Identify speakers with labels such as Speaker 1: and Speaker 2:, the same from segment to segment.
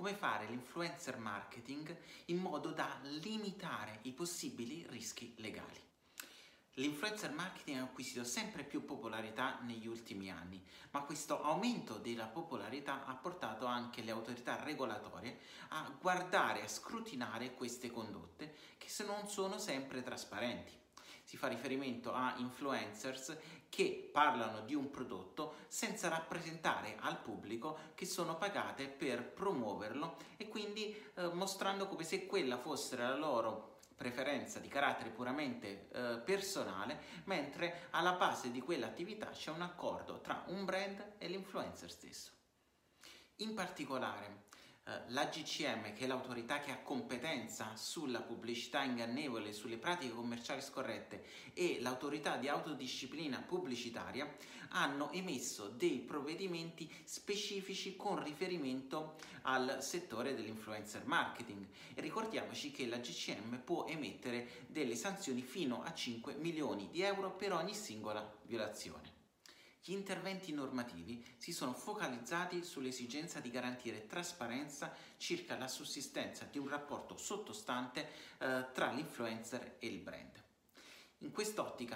Speaker 1: come fare l'influencer marketing in modo da limitare i possibili rischi legali. L'influencer marketing ha acquisito sempre più popolarità negli ultimi anni, ma questo aumento della popolarità ha portato anche le autorità regolatorie a guardare, a scrutinare queste condotte che non sono sempre trasparenti. Si fa riferimento a influencers che parlano di un prodotto senza rappresentare al pubblico che sono pagate per promuoverlo e quindi mostrando come se quella fosse la loro preferenza di carattere puramente personale, mentre alla base di quell'attività c'è un accordo tra un brand e l'influencer stesso. In particolare la GCM, che è l'autorità che ha competenza sulla pubblicità ingannevole, sulle pratiche commerciali scorrette, e l'autorità di autodisciplina pubblicitaria hanno emesso dei provvedimenti specifici con riferimento al settore dell'influencer marketing. E ricordiamoci che la GCM può emettere delle sanzioni fino a 5 milioni di euro per ogni singola violazione. Gli interventi normativi si sono focalizzati sull'esigenza di garantire trasparenza circa la sussistenza di un rapporto sottostante tra l'influencer e il brand. In quest'ottica,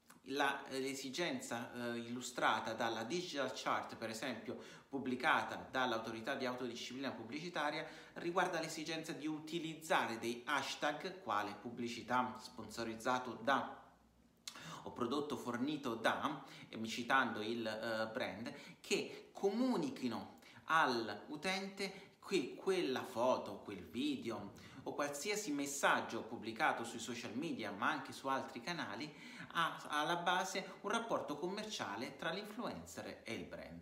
Speaker 1: l'esigenza illustrata dalla Digital Chart, per esempio, pubblicata dall'autorità di autodisciplina pubblicitaria, riguarda l'esigenza di utilizzare dei hashtag, quale pubblicità sponsorizzato da o prodotto fornito da, citando il brand, che comunichino all'utente che quella foto, quel video o qualsiasi messaggio pubblicato sui social media, ma anche su altri canali, ha alla base un rapporto commerciale tra l'influencer e il brand.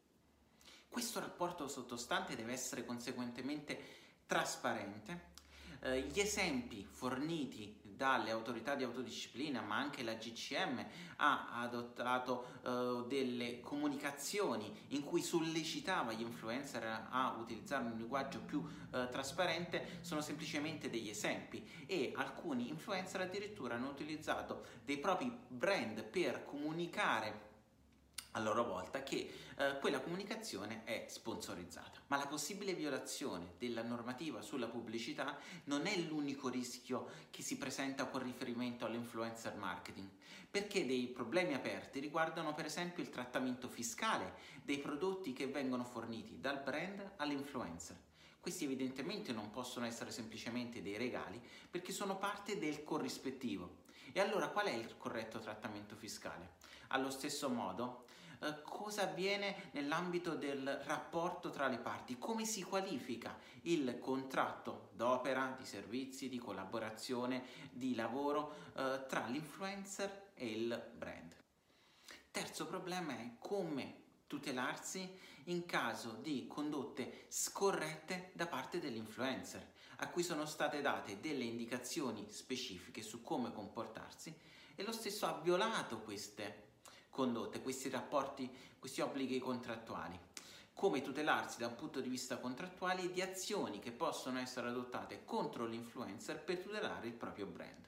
Speaker 1: Questo rapporto sottostante deve essere conseguentemente trasparente. Gli esempi forniti dalle autorità di autodisciplina, ma anche la GCM ha adottato delle comunicazioni in cui sollecitava gli influencer a utilizzare un linguaggio più trasparente, sono semplicemente degli esempi, e alcuni influencer addirittura hanno utilizzato dei propri brand per comunicare a loro volta che quella comunicazione è sponsorizzata. Ma la possibile violazione della normativa sulla pubblicità non è l'unico rischio che si presenta con riferimento all'influencer marketing, perché dei problemi aperti riguardano per esempio il trattamento fiscale dei prodotti che vengono forniti dal brand all'influencer. Questi evidentemente non possono essere semplicemente dei regali, perché sono parte del corrispettivo. E allora qual è il corretto trattamento fiscale? Allo stesso modo, cosa avviene nell'ambito del rapporto tra le parti? Come si qualifica il contratto d'opera, di servizi, di collaborazione, di lavoro tra l'influencer e il brand? Terzo problema è come tutelarsi in caso di condotte scorrette da parte dell'influencer, a cui sono state date delle indicazioni specifiche su come comportarsi e lo stesso ha violato queste condotte, questi rapporti, questi obblighi contrattuali. Come tutelarsi da un punto di vista contrattuale di azioni che possono essere adottate contro l'influencer per tutelare il proprio brand.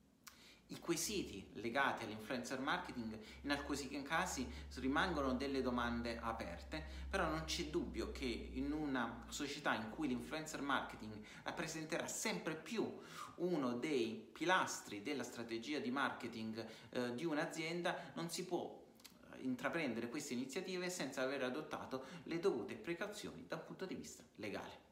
Speaker 1: I quesiti legati all'influencer marketing in alcuni casi rimangono delle domande aperte, però non c'è dubbio che in una società in cui l'influencer marketing rappresenterà sempre più uno dei pilastri della strategia di marketing di un'azienda, non si può intraprendere queste iniziative senza aver adottato le dovute precauzioni da un punto di vista legale.